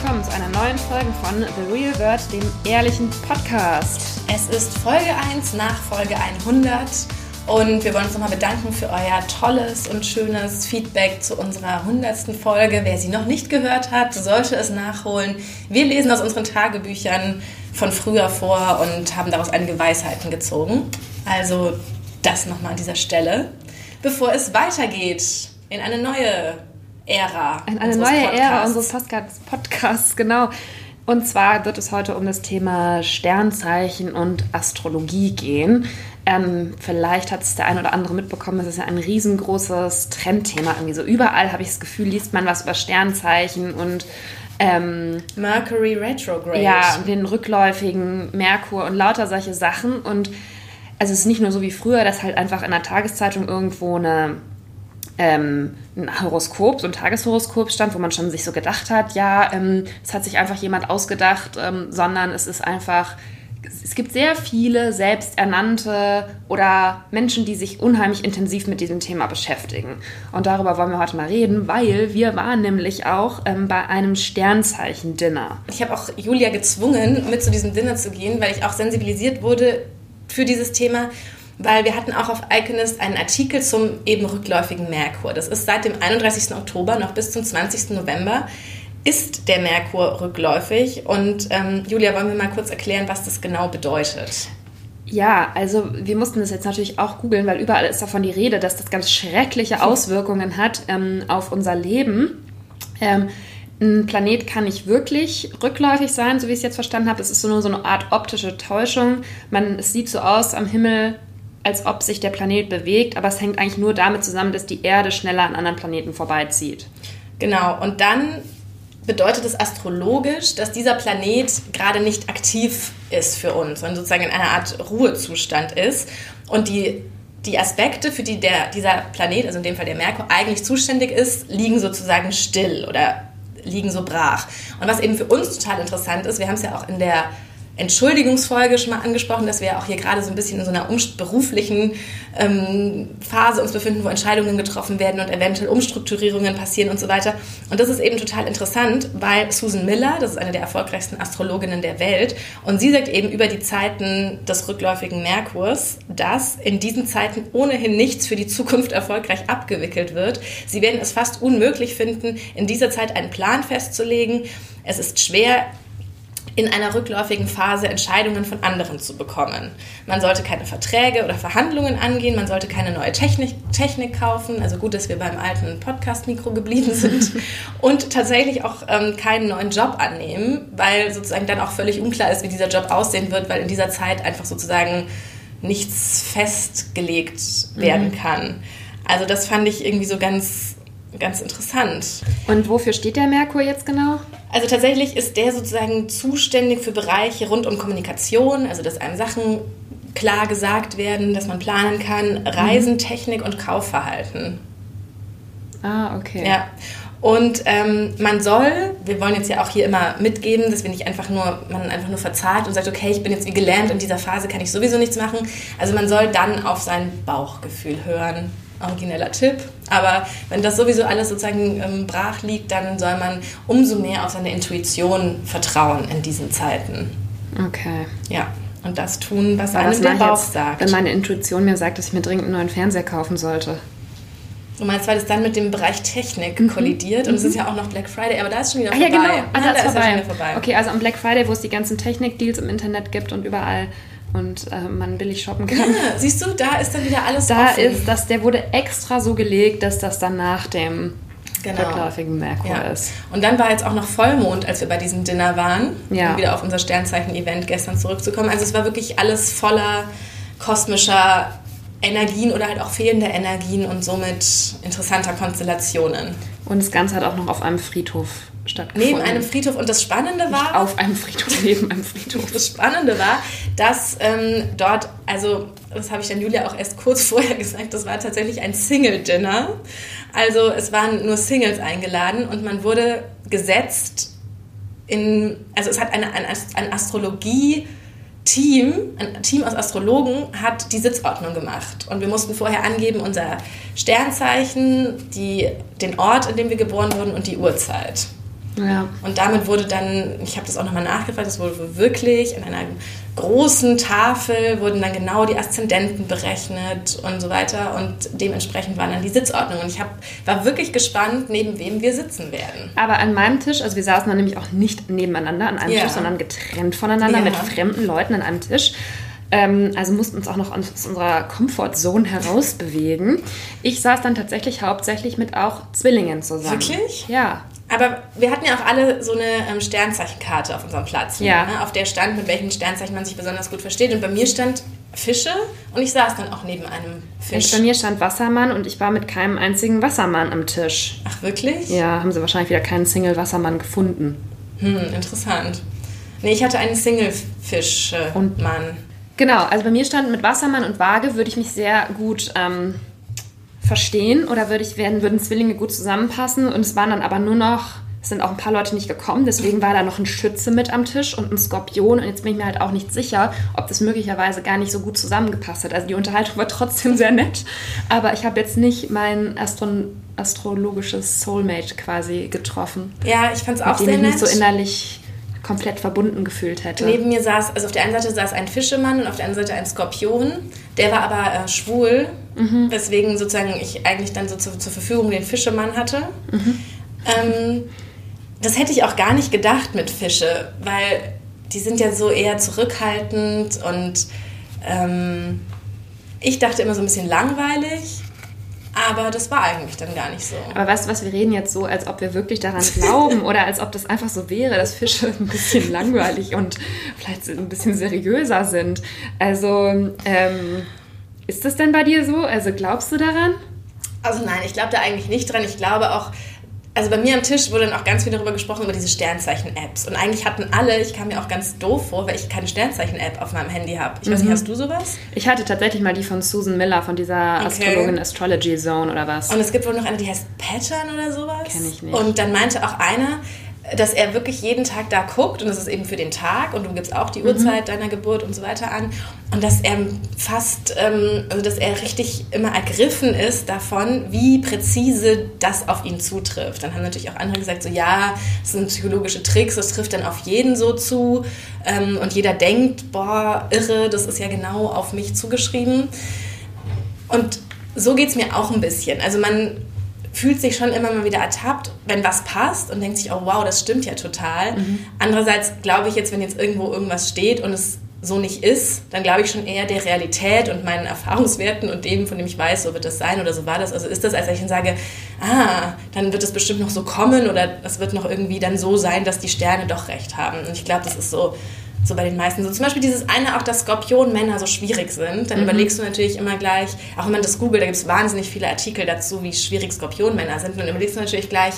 willkommen zu einer neuen Folge von The Real Word, dem ehrlichen Podcast. Es ist Folge 1 nach Folge 100 und wir wollen uns nochmal bedanken für euer tolles und schönes Feedback zu unserer 100. Folge. Wer sie noch nicht gehört hat, sollte es nachholen. Wir lesen aus unseren Tagebüchern von früher vor und haben daraus einige Weisheiten gezogen. Also das nochmal an dieser Stelle, bevor es weitergeht in eine neue Ära. Ära unseres Podcasts, genau. Und zwar wird es heute um das Thema Sternzeichen und Astrologie gehen. Vielleicht hat es der ein oder andere mitbekommen, es ist ja ein riesengroßes Trendthema. Irgendwie so überall habe ich das Gefühl, liest man was über Sternzeichen und Mercury Retrograde. Ja, den rückläufigen Merkur und lauter solche Sachen. Und also es ist nicht nur so wie früher, dass halt einfach in der Tageszeitung irgendwo ein Horoskop, so ein Tageshoroskop stand, wo man schon sich so gedacht hat, ja, es hat sich einfach jemand ausgedacht, sondern es ist einfach, es gibt sehr viele selbsternannte oder Menschen, die sich unheimlich intensiv mit diesem Thema beschäftigen. Und darüber wollen wir heute mal reden, weil wir waren nämlich auch bei einem Sternzeichen-Dinner. Ich habe auch Julia gezwungen, mit zu diesem Dinner zu gehen, weil ich auch sensibilisiert wurde für dieses Thema. Weil wir hatten auch auf Iconist einen Artikel zum eben rückläufigen Merkur. Das ist seit dem 31. Oktober noch bis zum 20. November ist der Merkur rückläufig. Und Julia, wollen wir mal kurz erklären, was das genau bedeutet? Ja, also wir mussten das jetzt natürlich auch googeln, weil überall ist davon die Rede, dass das ganz schreckliche Auswirkungen hat auf unser Leben. Ein Planet kann nicht wirklich rückläufig sein, so wie ich es jetzt verstanden habe. Es ist nur so eine Art optische Täuschung. Es sieht so aus am Himmel, als ob sich der Planet bewegt, aber es hängt eigentlich nur damit zusammen, dass die Erde schneller an anderen Planeten vorbeizieht. Genau, und dann bedeutet es astrologisch, dass dieser Planet gerade nicht aktiv ist für uns, sondern sozusagen in einer Art Ruhezustand ist. Und die Aspekte, für die dieser Planet, also in dem Fall der Merkur, eigentlich zuständig ist, liegen sozusagen still oder liegen so brach. Und was eben für uns total interessant ist, wir haben es ja auch in der Entschuldigungsfolge schon mal angesprochen, dass wir auch hier gerade so ein bisschen in so einer beruflichen Phase uns befinden, wo Entscheidungen getroffen werden und eventuell Umstrukturierungen passieren und so weiter. Und das ist eben total interessant, weil Susan Miller, das ist eine der erfolgreichsten Astrologinnen der Welt, und sie sagt eben über die Zeiten des rückläufigen Merkurs, dass in diesen Zeiten ohnehin nichts für die Zukunft erfolgreich abgewickelt wird. Sie werden es fast unmöglich finden, in dieser Zeit einen Plan festzulegen. Es ist schwer, in einer rückläufigen Phase Entscheidungen von anderen zu bekommen. Man sollte keine Verträge oder Verhandlungen angehen, man sollte keine neue Technik kaufen, also gut, dass wir beim alten Podcast-Mikro geblieben sind, und tatsächlich auch keinen neuen Job annehmen, weil sozusagen dann auch völlig unklar ist, wie dieser Job aussehen wird, weil in dieser Zeit einfach sozusagen nichts festgelegt werden kann. Also das fand ich irgendwie so ganz interessant. Und wofür steht der Merkur jetzt genau? Also tatsächlich ist der sozusagen zuständig für Bereiche rund um Kommunikation, also dass einem Sachen klar gesagt werden, dass man planen kann, Reisen, Technik und Kaufverhalten. Ah, okay. Ja. Und wir wollen jetzt ja auch hier immer mitgeben, dass man einfach nur verzahlt und sagt, okay, ich bin jetzt wie gelähmt, in dieser Phase kann ich sowieso nichts machen. Also man soll dann auf sein Bauchgefühl hören. Origineller Tipp, aber wenn das sowieso alles sozusagen brach liegt, dann soll man umso mehr auf seine Intuition vertrauen in diesen Zeiten. Okay. Ja, und das tun, was einem der Bauch sagt. Wenn meine Intuition mir sagt, dass ich mir dringend einen neuen Fernseher kaufen sollte. Du meinst, weil das dann mit dem Bereich Technik kollidiert, und es ist ja auch noch Black Friday, aber da ist schon wieder vorbei. Ja, genau, da ist schon wieder vorbei. Okay, also am Black Friday, wo es die ganzen Technik-Deals im Internet gibt und überall und man billig shoppen kann. Ja, siehst du, da ist dann wieder alles offen. Der wurde extra so gelegt, dass das dann nach dem rückläufigen Merkur ist. Und dann war jetzt auch noch Vollmond, als wir bei diesem Dinner waren, um wieder auf unser Sternzeichen-Event gestern zurückzukommen. Also es war wirklich alles voller kosmischer Energien oder halt auch fehlender Energien und somit interessanter Konstellationen. Und das Ganze hat auch noch auf einem Friedhof stattgefunden. Neben einem Friedhof. Und das Spannende war... Nicht auf einem Friedhof, neben einem Friedhof. Das Spannende war, dass dort, also das habe ich dann Julia auch erst kurz vorher gesagt, das war tatsächlich ein Single-Dinner. Also es waren nur Singles eingeladen und man wurde gesetzt also es hat ein Astrologie- ein Team aus Astrologen hat die Sitzordnung gemacht. Und wir mussten vorher angeben, unser Sternzeichen, den Ort, in dem wir geboren wurden und die Uhrzeit. Ja. Und damit wurde dann, ich habe das auch nochmal nachgefragt, das wurde wirklich an einer großen Tafel wurden dann genau die Aszendenten berechnet und so weiter und dementsprechend waren dann die Sitzordnungen. Und ich war wirklich gespannt, neben wem wir sitzen werden. Aber an meinem Tisch, also wir saßen dann nämlich auch nicht nebeneinander an einem Tisch, sondern getrennt voneinander mit fremden Leuten an einem Tisch. Also mussten uns auch noch aus unserer Comfortzone herausbewegen. Ich saß dann tatsächlich hauptsächlich mit auch Zwillingen zusammen. Wirklich? Ja. Aber wir hatten ja auch alle so eine Sternzeichenkarte auf unserem Platz, ja. Ne? Auf der stand, mit welchen Sternzeichen man sich besonders gut versteht. Und bei mir stand Fische und ich saß dann auch neben einem Fisch. Bei mir stand Wassermann und ich war mit keinem einzigen Wassermann am Tisch. Ach, wirklich? Ja, haben sie wahrscheinlich wieder keinen Single-Wassermann gefunden. Interessant. Nee, ich hatte einen Single-Fisch-Mann. Genau, also bei mir stand mit Wassermann und Waage würde ich mich sehr gut verstehen oder würden Zwillinge gut zusammenpassen und es waren dann aber es sind auch ein paar Leute nicht gekommen, deswegen war da noch ein Schütze mit am Tisch und ein Skorpion und jetzt bin ich mir halt auch nicht sicher, ob das möglicherweise gar nicht so gut zusammengepasst hat. Also die Unterhaltung war trotzdem sehr nett, aber ich habe jetzt nicht mein astrologisches Soulmate quasi getroffen. Ja, ich fand es auch sehr nett. Mit dem ich mich so innerlich komplett verbunden gefühlt hätte. Neben mir saß, also auf der einen Seite saß ein Fischemann und auf der anderen Seite ein Skorpion. Der war aber schwul, weswegen sozusagen ich eigentlich dann so zur Verfügung den Fischemann hatte. Das hätte ich auch gar nicht gedacht mit Fische, weil die sind ja so eher zurückhaltend und ich dachte immer so ein bisschen langweilig. Aber das war eigentlich dann gar nicht so. Aber weißt du was, wir reden jetzt so, als ob wir wirklich daran glauben oder als ob das einfach so wäre, dass Fische ein bisschen langweilig und vielleicht ein bisschen seriöser sind. Also, ist das denn bei dir so? Also glaubst du daran? Also nein, ich glaube da eigentlich nicht dran. Ich glaube auch, also bei mir am Tisch wurde dann auch ganz viel darüber gesprochen, über diese Sternzeichen-Apps. Und eigentlich hatten alle, ich kam mir auch ganz doof vor, weil ich keine Sternzeichen-App auf meinem Handy habe. Ich weiß nicht, hast du sowas? Ich hatte tatsächlich mal die von Susan Miller, von dieser Astrologin Astrology Zone oder was. Und es gibt wohl noch eine, die heißt Pattern oder sowas. Kenn ich nicht. Und dann meinte auch einer, dass er wirklich jeden Tag da guckt und das ist eben für den Tag und du gibst auch die Uhrzeit deiner Geburt und so weiter an und dass er dass er richtig immer ergriffen ist davon, wie präzise das auf ihn zutrifft. Dann haben natürlich auch andere gesagt, so ja, das sind psychologische Tricks, das trifft dann auf jeden so zu und jeder denkt, boah, irre, das ist ja genau auf mich zugeschrieben. Und so geht es mir auch ein bisschen. Also man fühlt sich schon immer mal wieder ertappt, wenn was passt und denkt sich, oh wow, das stimmt ja total. Andererseits glaube ich jetzt, wenn jetzt irgendwo irgendwas steht und es so nicht ist, dann glaube ich schon eher der Realität und meinen Erfahrungswerten und dem, von dem ich weiß, so wird das sein oder so war das. Also ist das, als ich dann sage, dann wird es bestimmt noch so kommen oder es wird noch irgendwie dann so sein, dass die Sterne doch recht haben. Und ich glaube, das ist so bei den meisten so. Zum Beispiel dieses eine auch, dass Skorpionmänner so schwierig sind. Dann überlegst du natürlich immer gleich, auch wenn man das googelt, da gibt es wahnsinnig viele Artikel dazu, wie schwierig Skorpionmänner sind. Und dann überlegst du natürlich gleich,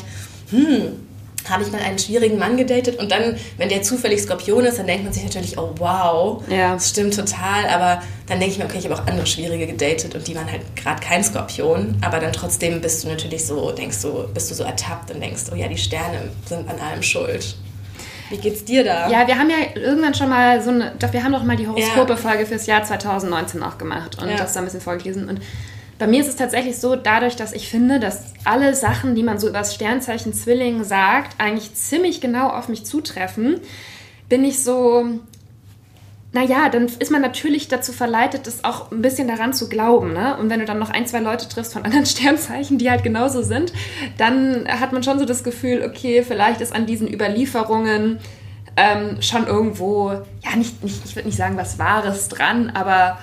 habe ich mal einen schwierigen Mann gedatet? Und dann, wenn der zufällig Skorpion ist, dann denkt man sich natürlich, oh wow, das stimmt total. Aber dann denke ich mir, okay, ich habe auch andere Schwierige gedatet und die waren halt gerade kein Skorpion. Aber dann trotzdem bist du natürlich so, bist du so ertappt und denkst, oh ja, die Sterne sind an allem schuld. Wie geht's dir da? Ja, wir haben ja irgendwann schon mal wir haben doch mal die Horoskope-Folge fürs Jahr 2019 auch gemacht und das da ein bisschen vorgelesen. Und bei mir ist es tatsächlich so, dadurch, dass ich finde, dass alle Sachen, die man so über das Sternzeichen Zwilling sagt, eigentlich ziemlich genau auf mich zutreffen, bin ich so, naja, dann ist man natürlich dazu verleitet, das auch ein bisschen daran zu glauben, ne? Und wenn du dann noch 1, 2 Leute triffst von anderen Sternzeichen, die halt genauso sind, dann hat man schon so das Gefühl, okay, vielleicht ist an diesen Überlieferungen schon irgendwo, ja, ich würde nicht sagen, was Wahres dran, aber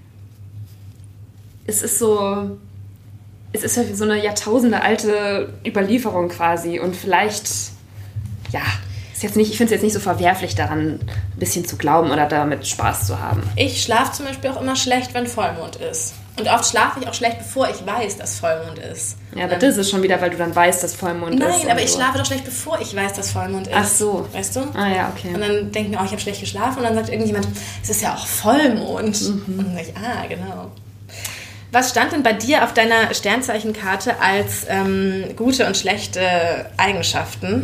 es ist ja so eine jahrtausendealte Überlieferung quasi und vielleicht, ja, ich finde es jetzt nicht so verwerflich daran, ein bisschen zu glauben oder damit Spaß zu haben. Ich schlafe zum Beispiel auch immer schlecht, wenn Vollmond ist. Und oft schlafe ich auch schlecht, bevor ich weiß, dass Vollmond ist. Ja, aber das ist schon wieder, weil du dann weißt, dass Vollmond ist. Nein, aber ich schlafe doch schlecht, bevor ich weiß, dass Vollmond ist. Ach so. Weißt du? Ah ja, okay. Und dann denke ich mir, ich habe schlecht geschlafen und dann sagt irgendjemand, es ist ja auch Vollmond. Und dann sage ich, genau. Was stand denn bei dir auf deiner Sternzeichenkarte als gute und schlechte Eigenschaften?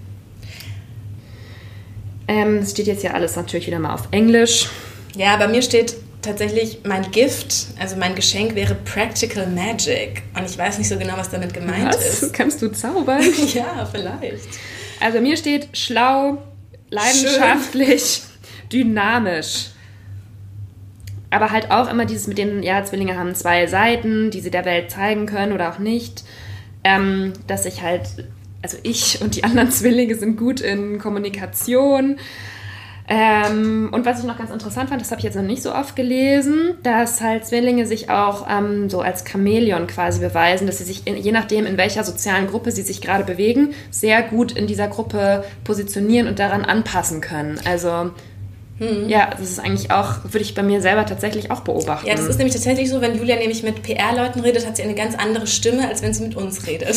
Es steht jetzt ja alles natürlich wieder mal auf Englisch. Ja, bei mir steht tatsächlich mein Gift, also mein Geschenk wäre Practical Magic. Und ich weiß nicht so genau, was damit gemeint ist. Kannst du zaubern? Ja, vielleicht. Also mir steht schlau, leidenschaftlich, dynamisch. Aber halt auch immer dieses mit den, ja, Zwillinge haben 2 Seiten, die sie der Welt zeigen können oder auch nicht. Dass ich halt, also ich und die anderen Zwillinge sind gut in Kommunikation. Und was ich noch ganz interessant fand, das habe ich jetzt noch nicht so oft gelesen, dass halt Zwillinge sich auch so als Chamäleon quasi beweisen, dass sie sich, je nachdem, in welcher sozialen Gruppe sie sich gerade bewegen, sehr gut in dieser Gruppe positionieren und daran anpassen können. Also ja, das ist eigentlich auch, würde ich bei mir selber tatsächlich auch beobachten. Ja, das ist nämlich tatsächlich so, wenn Julia nämlich mit PR-Leuten redet, hat sie eine ganz andere Stimme, als wenn sie mit uns redet.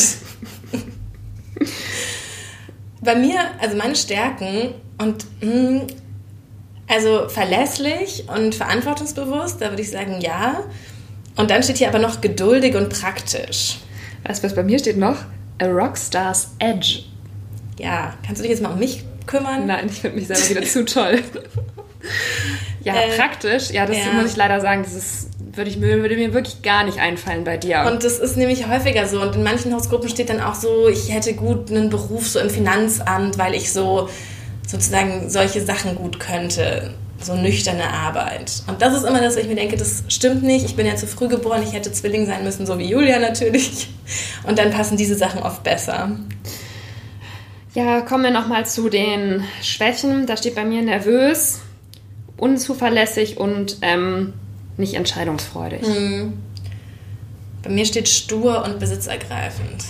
Bei mir, also meine Stärken und also verlässlich und verantwortungsbewusst, da würde ich sagen, ja. Und dann steht hier aber noch geduldig und praktisch. Weißt du, was bei mir steht noch? A Rockstar's Edge. Ja, kannst du dich jetzt mal um mich kümmern? Nein, ich finde mich selber wieder zu toll. Ja, praktisch. Ja, das muss ich leider sagen, das ist, würde mir wirklich gar nicht einfallen bei dir. Und das ist nämlich häufiger so. Und in manchen Horoskopen steht dann auch so, ich hätte gut einen Beruf so im Finanzamt, weil ich so sozusagen solche Sachen gut könnte. So nüchterne Arbeit. Und das ist immer das, wo ich mir denke, das stimmt nicht. Ich bin ja zu früh geboren, ich hätte Zwilling sein müssen, so wie Julia natürlich. Und dann passen diese Sachen oft besser. Ja, kommen wir nochmal zu den Schwächen. Da steht bei mir nervös, unzuverlässig und nicht entscheidungsfreudig. Bei mir steht stur und besitzergreifend.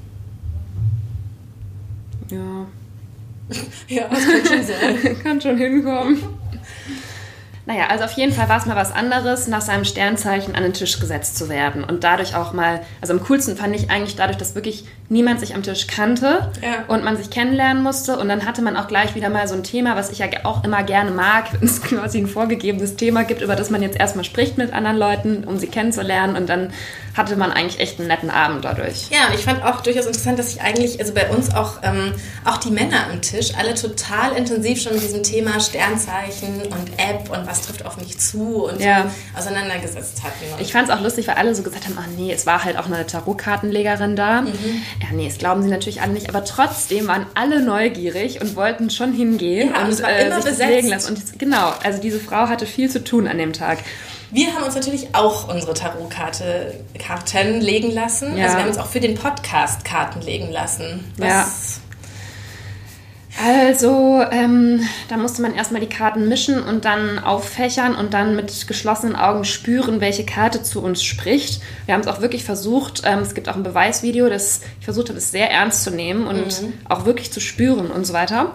Ja. Ja, das kann schon sein. Kann schon hinkommen. Naja, also auf jeden Fall war es mal was anderes, nach seinem Sternzeichen an den Tisch gesetzt zu werden. Und dadurch auch mal, also am coolsten fand ich eigentlich dadurch, dass wirklich niemand sich am Tisch kannte und man sich kennenlernen musste. Und dann hatte man auch gleich wieder mal so ein Thema, was ich ja auch immer gerne mag, wenn es quasi ein vorgegebenes Thema gibt, über das man jetzt erstmal spricht mit anderen Leuten, um sie kennenzulernen. Und dann hatte man eigentlich echt einen netten Abend dadurch. Ja, und ich fand auch durchaus interessant, dass sich eigentlich, also bei uns auch die Männer am Tisch alle total intensiv schon mit diesem Thema Sternzeichen und App und was trifft auf mich zu und so auseinandergesetzt hatten. Ich fand es auch lustig, weil alle so gesagt haben, ach nee, es war halt auch eine Tarotkartenlegerin da. Ja, nee, das glauben sie natürlich alle nicht, aber trotzdem waren alle neugierig und wollten schon hingehen und es war immer sich das legen lassen. Und genau, also diese Frau hatte viel zu tun an dem Tag. Wir haben uns natürlich auch unsere Tarotkarten legen lassen. Ja. Also wir haben uns auch für den Podcast Karten legen lassen. Also, da musste man erstmal die Karten mischen und dann auffächern und dann mit geschlossenen Augen spüren, welche Karte zu uns spricht. Wir haben es auch wirklich versucht, es gibt auch ein Beweisvideo, das ich versucht habe, es sehr ernst zu nehmen und auch wirklich zu spüren und so weiter.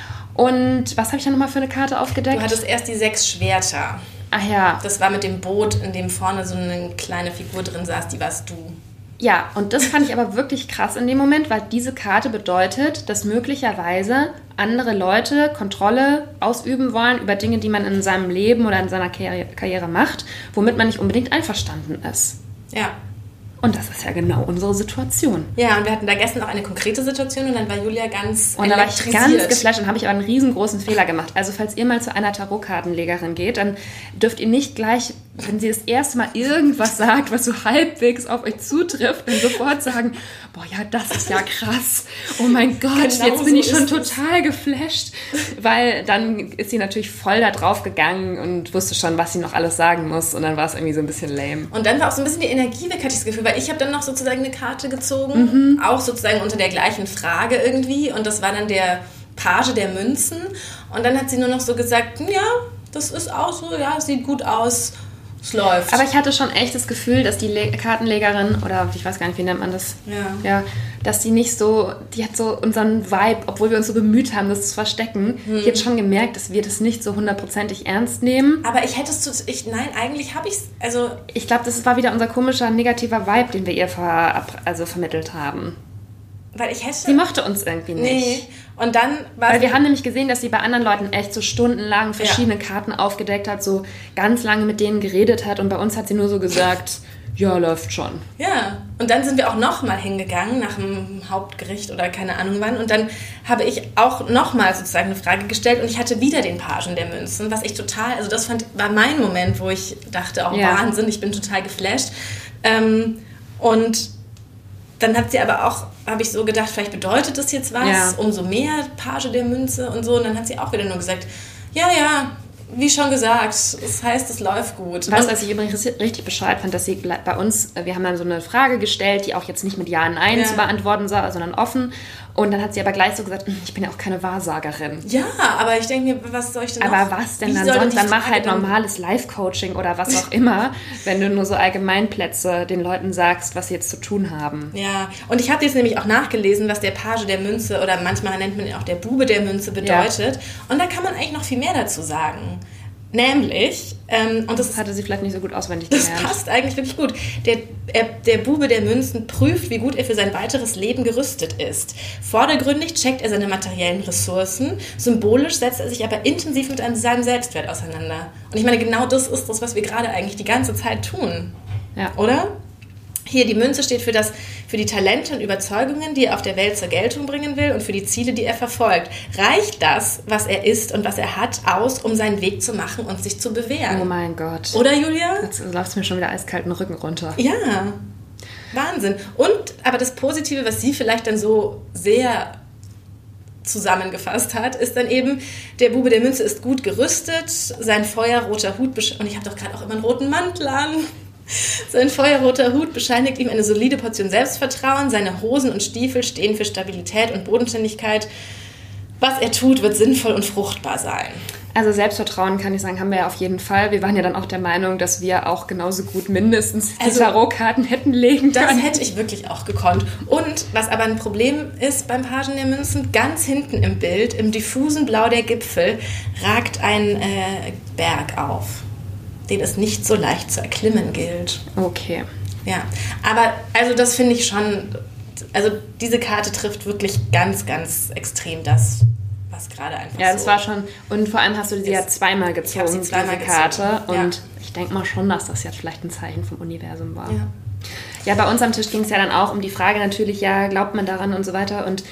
Und was habe ich da nochmal für eine Karte aufgedeckt? Du hattest erst die 6 Schwerter. Ach ja. Das war mit dem Boot, in dem vorne so eine kleine Figur drin saß, die warst du. Ja, und das fand ich aber wirklich krass in dem Moment, weil diese Karte bedeutet, dass möglicherweise andere Leute Kontrolle ausüben wollen über Dinge, die man in seinem Leben oder in seiner Karriere macht, womit man nicht unbedingt einverstanden ist. Ja. Und das ist ja genau unsere Situation. Ja, und wir hatten da gestern auch eine konkrete Situation und dann war Julia ganz und da war ich ganz geflasht und habe ich aber einen riesengroßen Fehler gemacht. Also falls ihr mal zu einer Tarotkartenlegerin geht, dann dürft ihr nicht gleich, wenn sie das erste Mal irgendwas sagt, was so halbwegs auf euch zutrifft, dann sofort sagen, boah, ja, das ist ja krass. Oh mein Gott, genau, jetzt bin ich schon total geflasht. Weil dann ist sie natürlich voll da drauf gegangen und wusste schon, was sie noch alles sagen muss. Und dann war es irgendwie so ein bisschen lame. Und dann war auch so ein bisschen die Energie weg, hatte ich das Gefühl, weil ich habe dann noch sozusagen eine Karte gezogen, auch sozusagen unter der gleichen Frage irgendwie. Und das war dann der Page der Münzen. Und dann hat sie nur noch so gesagt, ja, das ist auch so, ja, sieht gut aus. Es läuft. Aber ich hatte schon echt das Gefühl, dass die Kartenlegerin, oder ich weiß gar nicht, wie nennt man das? Ja, dass die nicht so, die hat so unseren Vibe, obwohl wir uns so bemüht haben, das zu verstecken, die hat schon gemerkt, dass wir das nicht so 100%ig ernst nehmen. Aber nein, eigentlich habe ich es, also... Ich glaube, das war wieder unser komischer, negativer Vibe, den wir ihr vermittelt haben. Weil ich hätte... Sie mochte uns irgendwie nicht. Nee. Und dann war weil wir haben nämlich gesehen, dass sie bei anderen Leuten echt so stundenlang verschiedene Karten aufgedeckt hat, so ganz lange mit denen geredet hat und bei uns hat sie nur so gesagt, ja, läuft schon. Ja, und dann sind wir auch nochmal hingegangen nach dem Hauptgericht oder keine Ahnung wann und dann habe ich auch nochmal sozusagen eine Frage gestellt und ich hatte wieder den Pagen der Münzen, was ich total, also das war mein Moment, wo ich dachte, Wahnsinn, ich bin total geflasht. Und dann hat sie aber auch, habe ich so gedacht, vielleicht bedeutet das jetzt was, umso mehr Page der Münze und so. Und dann hat sie auch wieder nur gesagt, ja, wie schon gesagt, das heißt, es läuft gut. Weißt du, was ich übrigens richtig Bescheid fand, dass sie bei uns, wir haben dann so eine Frage gestellt, die auch jetzt nicht mit Ja und Nein zu beantworten soll, sondern offen. Und dann hat sie aber gleich so gesagt, ich bin ja auch keine Wahrsagerin. Ja, aber ich denke mir, was soll ich denn Aber was denn dann sonst? Dann mach halt normales Live-Coaching oder was auch immer, wenn du nur so Allgemeinplätze den Leuten sagst, was sie jetzt zu tun haben. Ja, und ich habe jetzt nämlich auch nachgelesen, was der Page der Münze oder manchmal nennt man ihn auch der Bube der Münze bedeutet. Ja. Und da kann man eigentlich noch viel mehr dazu sagen. Nämlich, und das hatte sie vielleicht nicht so gut auswendig gelernt. Das passt eigentlich wirklich gut. Der Bube der Münzen prüft, wie gut er für sein weiteres Leben gerüstet ist. Vordergründig checkt er seine materiellen Ressourcen, symbolisch setzt er sich aber intensiv mit seinem Selbstwert auseinander. Und ich meine, genau das ist das, was wir gerade eigentlich die ganze Zeit tun. Ja. Oder? Hier, die Münze steht für die Talente und Überzeugungen, die er auf der Welt zur Geltung bringen will und für die Ziele, die er verfolgt. Reicht das, was er ist und was er hat, aus, um seinen Weg zu machen und sich zu bewähren? Oh mein Gott. Oder, Julia? Jetzt läuft mir schon wieder eiskalten Rücken runter. Ja, Wahnsinn. Aber das Positive, was sie vielleicht dann so sehr zusammengefasst hat, ist dann eben, der Bube der Münze ist gut gerüstet, sein feuerroter Hut, und ich habe doch gerade auch immer einen roten Mantel an. Sein feuerroter Hut bescheinigt ihm eine solide Portion Selbstvertrauen. Seine Hosen und Stiefel stehen für Stabilität und Bodenständigkeit. Was er tut, wird sinnvoll und fruchtbar sein. Also Selbstvertrauen, kann ich sagen, haben wir ja auf jeden Fall. Wir waren ja dann auch der Meinung, dass wir auch genauso gut mindestens die Tarotkarten hätten legen können. Das hätte ich wirklich auch gekonnt. Und was aber ein Problem ist beim Pagen der Münzen, ganz hinten im Bild, im diffusen Blau der Gipfel, ragt ein Berg auf, den es nicht so leicht zu erklimmen gilt. Okay. Ja, aber also das finde ich schon, also diese Karte trifft wirklich ganz, ganz extrem das, was gerade einfach Ja, das war schon, und vor allem hast du sie ja zweimal gezogen, diese Karte. Und ich denke mal schon, dass das jetzt vielleicht ein Zeichen vom Universum war. Ja, bei uns am Tisch ging es ja dann auch um die Frage natürlich, ja, glaubt man daran und so weiter. Und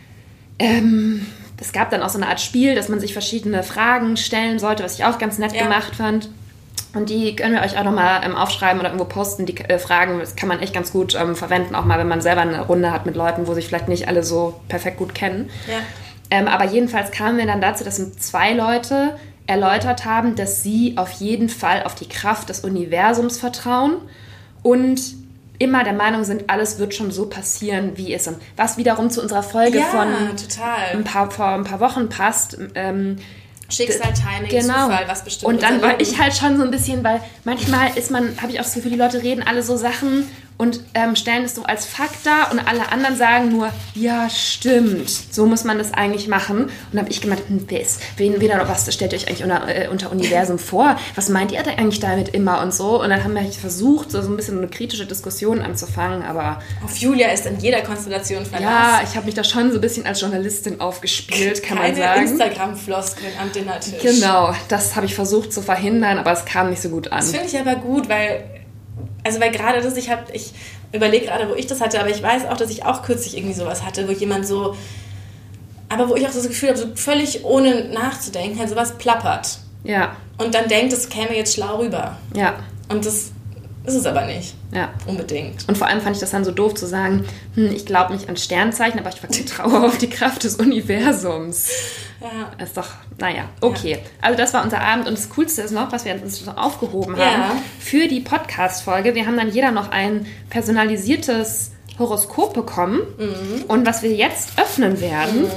es gab dann auch so eine Art Spiel, dass man sich verschiedene Fragen stellen sollte, was ich auch ganz nett gemacht fand. Und die können wir euch auch nochmal aufschreiben oder irgendwo posten. Die Fragen, das kann man echt ganz gut verwenden, auch mal, wenn man selber eine Runde hat mit Leuten, wo sich vielleicht nicht alle so perfekt gut kennen. Ja. Aber jedenfalls kamen wir dann dazu, dass 2 Leute erläutert haben, dass sie auf jeden Fall auf die Kraft des Universums vertrauen und immer der Meinung sind, alles wird schon so passieren, wie es ist. Was wiederum zu unserer Folge vor ein paar Wochen passt. Schicksal, Timing, Zufall, was bestimmt. Und dann war ich halt schon so ein bisschen, weil manchmal habe ich auch das Gefühl, die Leute reden alle so Sachen und stellen es so als Fakt dar und alle anderen sagen nur, ja, stimmt, so muss man das eigentlich machen. Und dann habe ich gemeint, was stellt ihr euch eigentlich unter Universum vor? Was meint ihr da eigentlich damit immer und so? Und dann haben wir versucht, so ein bisschen eine kritische Diskussion anzufangen, aber... Auf Julia ist in jeder Konstellation Verlass. Ja, ich habe mich da schon so ein bisschen als Journalistin aufgespielt, kann man sagen. Keine Instagram-Floskeln am Dinnertisch. Genau, das habe ich versucht zu verhindern, aber es kam nicht so gut an. Das finde ich aber gut, weil gerade das, ich überlege gerade, wo ich das hatte, aber ich weiß auch, dass ich auch kürzlich irgendwie sowas hatte, wo jemand so, aber wo ich auch das Gefühl habe, so völlig ohne nachzudenken, halt sowas plappert. Ja. Und dann denkt, es käme jetzt schlau rüber. Ja. Und das ist es aber nicht. Ja. Unbedingt. Und vor allem fand ich das dann so doof zu sagen, ich glaube nicht an Sternzeichen, aber ich vertraue auf die Kraft des Universums. Ja. Ist doch, naja, okay. Ja. Also das war unser Abend und das Coolste ist noch, was wir uns so aufgehoben haben für die Podcast-Folge. Wir haben dann jeder noch ein personalisiertes Horoskop bekommen und was wir jetzt öffnen werden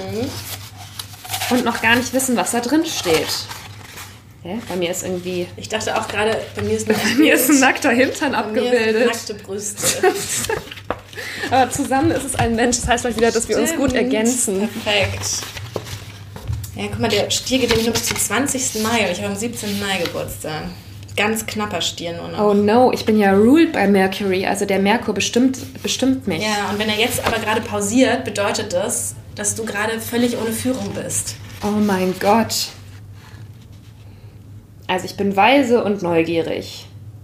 und noch gar nicht wissen, was da drin steht. Bei mir ist irgendwie... Ich dachte auch gerade, bei mir ist ein nackter Hintern abgebildet. Nackte Brüste. Aber zusammen ist es ein Mensch. Das heißt mal wieder, dass wir uns gut ergänzen. Perfekt. Ja, guck mal, der Stier geht nämlich nur bis zum 20. Mai und ich habe am 17. Mai Geburtstag. Ganz knapper Stier nur noch. Oh no, ich bin ja ruled by Mercury. Also der Merkur bestimmt mich. Ja, und wenn er jetzt aber gerade pausiert, bedeutet das, dass du gerade völlig ohne Führung bist. Oh mein Gott. Also ich bin weise und neugierig.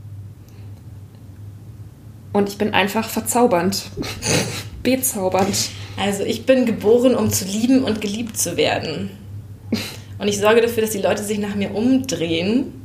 Und ich bin einfach verzaubernd. Bezaubernd. Also ich bin geboren, um zu lieben und geliebt zu werden. Und ich sorge dafür, dass die Leute sich nach mir umdrehen.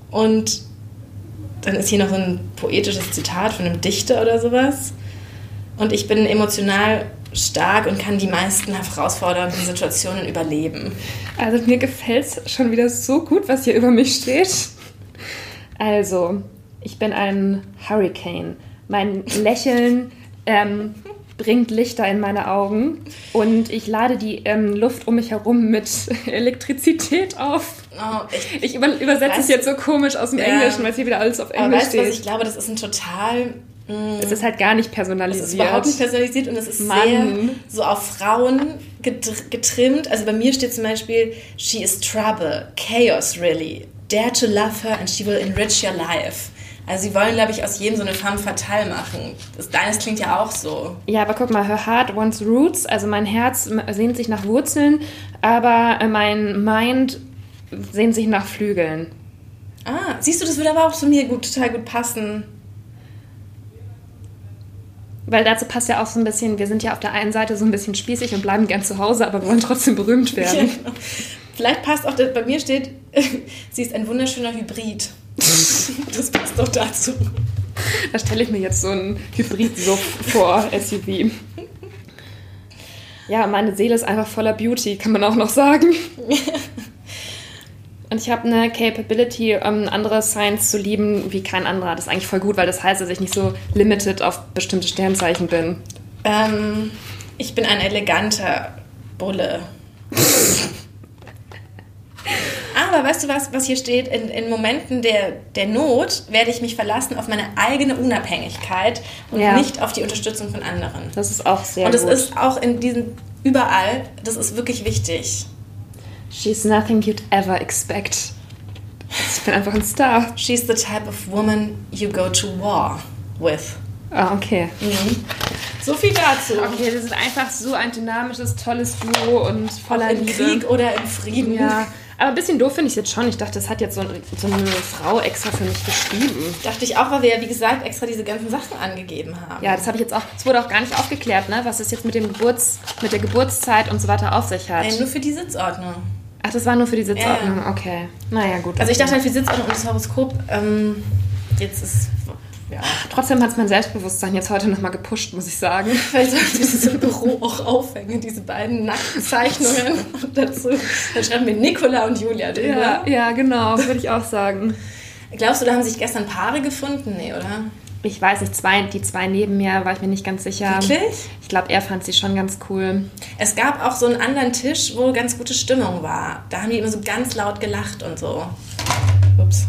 Und dann ist hier noch so ein poetisches Zitat von einem Dichter oder sowas. Und ich bin emotional stark und kann die meisten herausfordernden Situationen überleben. Also mir gefällt es schon wieder so gut, was hier über mich steht. Also, ich bin ein Hurricane. Mein Lächeln bringt Lichter in meine Augen und ich lade die Luft um mich herum mit Elektrizität auf. Oh, ich übersetze es jetzt so komisch aus dem Englischen, weil es hier wieder alles auf Englisch steht. Aber weißt du was, ich glaube, das ist ein total... Es ist halt gar nicht personalisiert. Es ist überhaupt nicht personalisiert und es ist sehr so auf Frauen getrimmt. Also bei mir steht zum Beispiel, she is trouble, chaos really, dare to love her and she will enrich your life. Also sie wollen, glaube ich, aus jedem so eine femme fatale machen. Deines klingt ja auch so. Ja, aber guck mal, her heart wants roots, also mein Herz sehnt sich nach Wurzeln, aber mein Mind sehnt sich nach Flügeln. Ah, siehst du, das würde aber auch zu mir total gut passen. Weil dazu passt ja auch so ein bisschen, wir sind ja auf der einen Seite so ein bisschen spießig und bleiben gern zu Hause, aber wollen trotzdem berühmt werden. Ja. Vielleicht passt auch, bei mir steht, sie ist ein wunderschöner Hybrid. Das passt doch dazu. Da stelle ich mir jetzt so einen Hybrid-Suff vor, SUV. Ja, meine Seele ist einfach voller Beauty, kann man auch noch sagen. Und ich habe eine Capability, andere Signs zu lieben wie kein anderer. Das ist eigentlich voll gut, weil das heißt, dass ich nicht so limited auf bestimmte Sternzeichen bin. Ich bin ein eleganter Bulle. Aber weißt du was hier steht? In Momenten der Not werde ich mich verlassen auf meine eigene Unabhängigkeit und nicht auf die Unterstützung von anderen. Das ist auch sehr gut. Und das ist auch in diesen überall, das ist wirklich wichtig. She's nothing you'd ever expect. Ich bin einfach ein Star. She's the type of woman you go to war with. Ah, okay. Mhm. So viel dazu. Okay, das ist einfach so ein dynamisches, tolles Duo und voller Liebe. Im Krieg oder im Frieden. Ja, aber ein bisschen doof finde ich es jetzt schon. Ich dachte, das hat jetzt so eine Frau extra für mich geschrieben. Dachte ich auch, weil wir ja, wie gesagt, extra diese ganzen Sachen angegeben haben. Ja, das habe ich jetzt auch, es wurde auch gar nicht aufgeklärt, ne, was es jetzt mit der Geburtszeit und so weiter auf sich hat. Nein, nur für die Sitzordnung. Ach, das war nur für die Sitzordnung, ja. Okay. Naja, gut. Also ich dachte halt für die Sitzordnung und das Horoskop, jetzt ist... Ja. Trotzdem hat es mein Selbstbewusstsein jetzt heute nochmal gepusht, muss ich sagen. Vielleicht soll ich das im Büro auch aufhängen, diese beiden Nacktzeichnungen. Und dazu, dann schreiben wir Nicola und Julia drüber. Ja, genau, würde ich auch sagen. Glaubst du, da haben sich gestern Paare gefunden? Nee, oder? Ich weiß nicht, die zwei neben mir, war ich mir nicht ganz sicher. Wirklich? Ich glaube, er fand sie schon ganz cool. Es gab auch so einen anderen Tisch, wo ganz gute Stimmung war. Da haben die immer so ganz laut gelacht und so. Ups.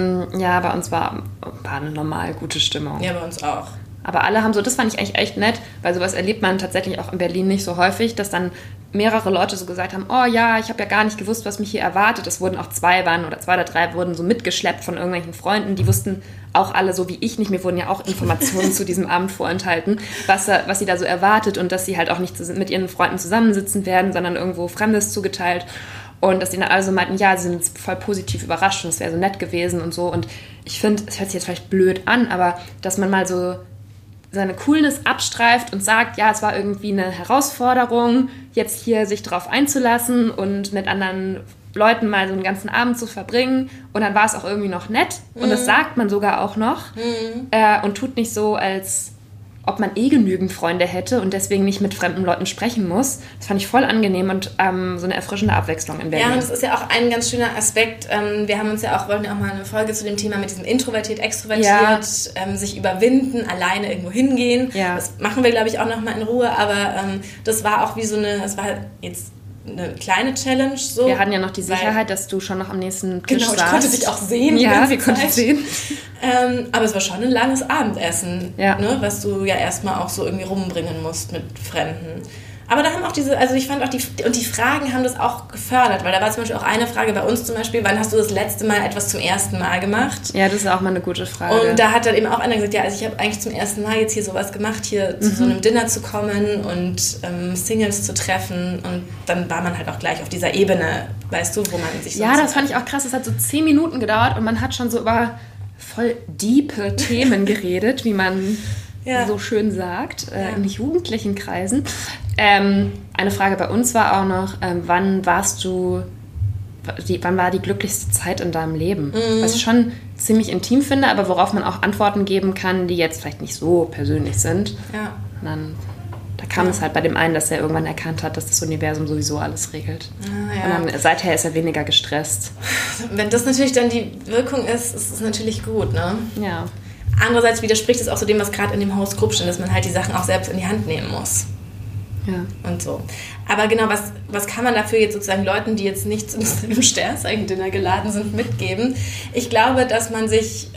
Ja, bei uns war eine normal gute Stimmung. Ja, bei uns auch. Aber alle haben so, das fand ich eigentlich echt nett, weil sowas erlebt man tatsächlich auch in Berlin nicht so häufig, dass dann mehrere Leute so gesagt haben, oh ja, ich habe ja gar nicht gewusst, was mich hier erwartet. Es wurden auch 2 oder 3 wurden so mitgeschleppt von irgendwelchen Freunden, die wussten auch alle so wie ich nicht, mir wurden ja auch Informationen zu diesem Abend vorenthalten, was sie da so erwartet und dass sie halt auch nicht mit ihren Freunden zusammensitzen werden, sondern irgendwo Fremdes zugeteilt. Und dass die dann also meinten, ja, sie sind voll positiv überrascht und es wäre so nett gewesen und so. Und ich finde, es hört sich jetzt vielleicht blöd an, aber dass man mal so seine Coolness abstreift und sagt, ja, es war irgendwie eine Herausforderung, jetzt hier sich drauf einzulassen und mit anderen Leuten mal so einen ganzen Abend zu verbringen. Und dann war es auch irgendwie noch nett. Und das sagt man sogar auch noch. Und tut nicht so, als ob man genügend Freunde hätte und deswegen nicht mit fremden Leuten sprechen muss. Das fand ich voll angenehm und so eine erfrischende Abwechslung in Berlin. Ja, und das ist ja auch ein ganz schöner Aspekt. Wir haben wollten ja auch mal eine Folge zu dem Thema mit diesem introvertiert, extrovertiert, sich überwinden, alleine irgendwo hingehen. Ja. Das machen wir, glaube ich, auch noch mal in Ruhe, aber das war auch wie es war jetzt eine kleine Challenge. So, wir hatten ja noch die Sicherheit, dass du schon noch am nächsten Tisch saßt. Genau, ich konnte dich auch sehen. Ja, wir konnten sehen. Aber es war schon ein langes Abendessen, ja. Ne, was du ja erstmal auch so irgendwie rumbringen musst mit Fremden. Aber da haben auch ich fand auch die Fragen haben das auch gefördert, weil da war zum Beispiel auch eine Frage bei uns zum Beispiel, wann hast du das letzte Mal etwas zum ersten Mal gemacht? Ja, das ist auch mal eine gute Frage. Und da hat dann eben auch einer gesagt, ja, also ich habe eigentlich zum ersten Mal jetzt hier sowas gemacht, hier zu so einem Dinner zu kommen und Singles zu treffen und dann war man halt auch gleich auf dieser Ebene, weißt du, wo man sich so... Ja, das fand ich auch krass, es hat so 10 Minuten gedauert und man hat schon so über voll diepe Themen geredet, wie man... so schön sagt, in jugendlichen Kreisen. Eine Frage bei uns war auch noch, wann war die glücklichste Zeit in deinem Leben? Was ich schon ziemlich intim finde, aber worauf man auch Antworten geben kann, die jetzt vielleicht nicht so persönlich sind. Ja. Und dann da kam es halt bei dem einen, dass er irgendwann erkannt hat, dass das Universum sowieso alles regelt. Und dann seither ist er weniger gestresst. Wenn das natürlich dann die Wirkung ist, ist es natürlich gut, ne? Ja. Andererseits widerspricht es auch so dem, was gerade in dem Horoskop steht, dass man halt die Sachen auch selbst in die Hand nehmen muss. Ja. Und so. Aber genau, was kann man dafür jetzt sozusagen Leuten, die jetzt nicht zu einem Sternzeichen-Dinner geladen sind, mitgeben? Ich glaube, dass man sich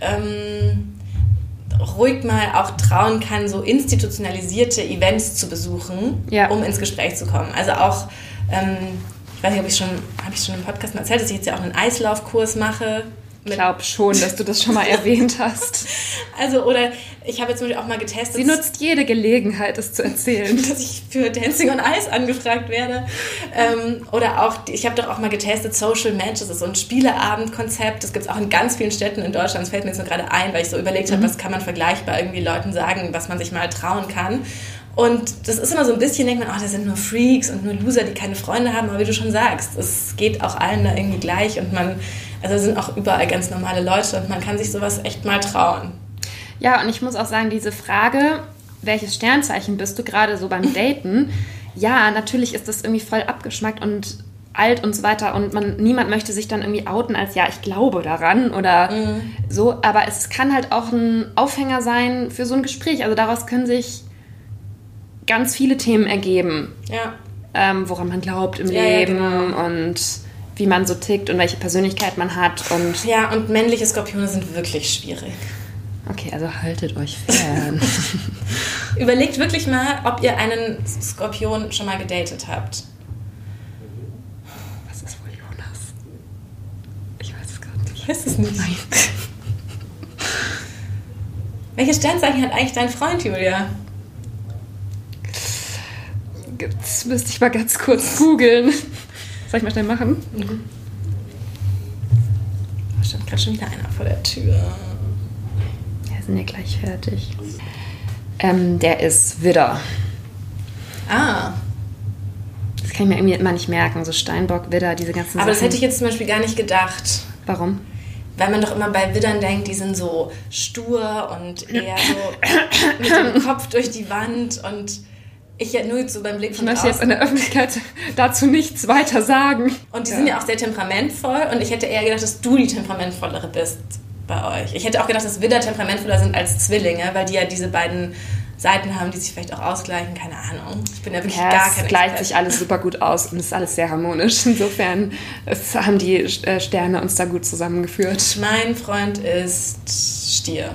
ruhig mal auch trauen kann, so institutionalisierte Events zu besuchen, um ins Gespräch zu kommen. Also auch, ich weiß nicht, habe ich schon im Podcast mal erzählt, dass ich jetzt ja auch einen Eislaufkurs mache. Ich glaube schon, dass du das schon mal erwähnt hast. Also, oder ich habe jetzt zum Beispiel auch mal getestet. Sie nutzt jede Gelegenheit, es zu erzählen. Dass ich für Dancing on Ice angefragt werde. Oder auch, ich habe doch auch mal getestet, Social Match, das ist so ein Spieleabendkonzept. Das gibt es auch in ganz vielen Städten in Deutschland. Das fällt mir jetzt nur gerade ein, weil ich so überlegt habe, was kann man vergleichbar irgendwie Leuten sagen, was man sich mal trauen kann. Und das ist immer so ein bisschen, denkt man, das sind nur Freaks und nur Loser, die keine Freunde haben. Aber wie du schon sagst, es geht auch allen da irgendwie gleich und also sind auch überall ganz normale Leute und man kann sich sowas echt mal trauen. Ja, und ich muss auch sagen, diese Frage, welches Sternzeichen bist du, gerade so beim Daten, ja, natürlich ist das irgendwie voll abgeschmackt und alt und so weiter und niemand möchte sich dann irgendwie outen als, ja, ich glaube daran oder so, aber es kann halt auch ein Aufhänger sein für so ein Gespräch, also daraus können sich ganz viele Themen ergeben, woran man glaubt im Leben genau. Und wie man so tickt und welche Persönlichkeit man hat. Und männliche Skorpione sind wirklich schwierig. Okay, also haltet euch fern. Überlegt wirklich mal, ob ihr einen Skorpion schon mal gedatet habt. Was ist wohl Jonas? Ich weiß es gerade nicht. Ich weiß es nicht. Nein. Welches Sternzeichen hat eigentlich dein Freund, Julia? Das müsste ich mal ganz kurz googeln. Soll ich mal schnell machen? Mhm. Da stand gerade schon wieder einer vor der Tür. Wir sind ja gleich fertig. Der ist Widder. Ah. Das kann ich mir irgendwie immer nicht merken. So Steinbock, Widder, diese ganzen Sachen. Aber das hätte ich jetzt zum Beispiel gar nicht gedacht. Warum? Weil man doch immer bei Widdern denkt, die sind so stur und eher so mit dem Kopf durch die Wand und ich ja nur so beim Blick von draußen. Ich möchte jetzt in der Öffentlichkeit dazu nichts weiter sagen. Und die sind ja auch sehr temperamentvoll und ich hätte eher gedacht, dass du die temperamentvollere bist bei euch. Ich hätte auch gedacht, dass Widder temperamentvoller sind als Zwillinge, weil die ja diese beiden Seiten haben, die sich vielleicht auch ausgleichen. Keine Ahnung. Ich bin ja wirklich gar kein Experte. Es gleicht sich alles super gut aus und es ist alles sehr harmonisch. Insofern haben die Sterne uns da gut zusammengeführt. Mein Freund ist Stier.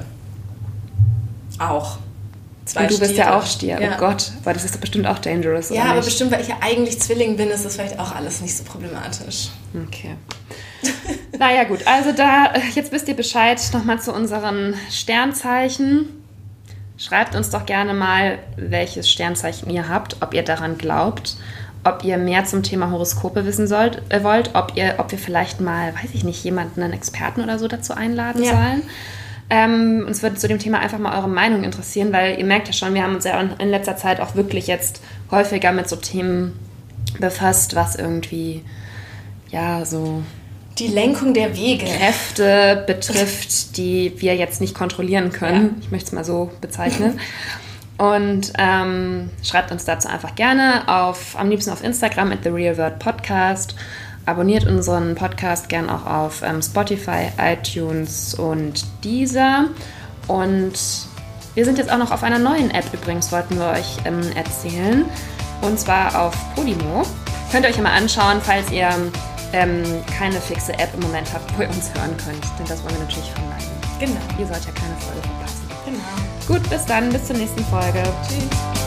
Auch. Und du bist Stiere. Ja auch Stier. Ja. Oh Gott, weil das ist doch bestimmt auch dangerous, oder Ja, aber nicht? bestimmt, weil ich ja eigentlich Zwilling bin, ist das vielleicht auch alles nicht so problematisch. Okay. Naja, gut. Also jetzt wisst ihr Bescheid nochmal zu unseren Sternzeichen. Schreibt uns doch gerne mal, welches Sternzeichen ihr habt, ob ihr daran glaubt, ob ihr mehr zum Thema Horoskope wissen wollt, ob wir vielleicht mal, weiß ich nicht, jemanden, einen Experten oder so dazu einladen sollen. Uns würde zu dem Thema einfach mal eure Meinung interessieren, weil ihr merkt ja schon, wir haben uns ja in letzter Zeit auch wirklich jetzt häufiger mit so Themen befasst, was irgendwie, ja, so die Lenkung der Wege. Kräfte betrifft, die wir jetzt nicht kontrollieren können. Ja. Ich möchte es mal so bezeichnen. Und schreibt uns dazu einfach gerne am liebsten auf Instagram @TheRealWordPodcast. Abonniert unseren Podcast gern auch auf Spotify, iTunes und Deezer. Und wir sind jetzt auch noch auf einer neuen App übrigens, wollten wir euch erzählen. Und zwar auf Podimo. Könnt ihr euch mal anschauen, falls ihr keine fixe App im Moment habt, wo ihr uns hören könnt. Denn das wollen wir natürlich vermeiden. Genau. Ihr sollt ja keine Folge verpassen. Genau. Gut, bis dann. Bis zur nächsten Folge. Tschüss.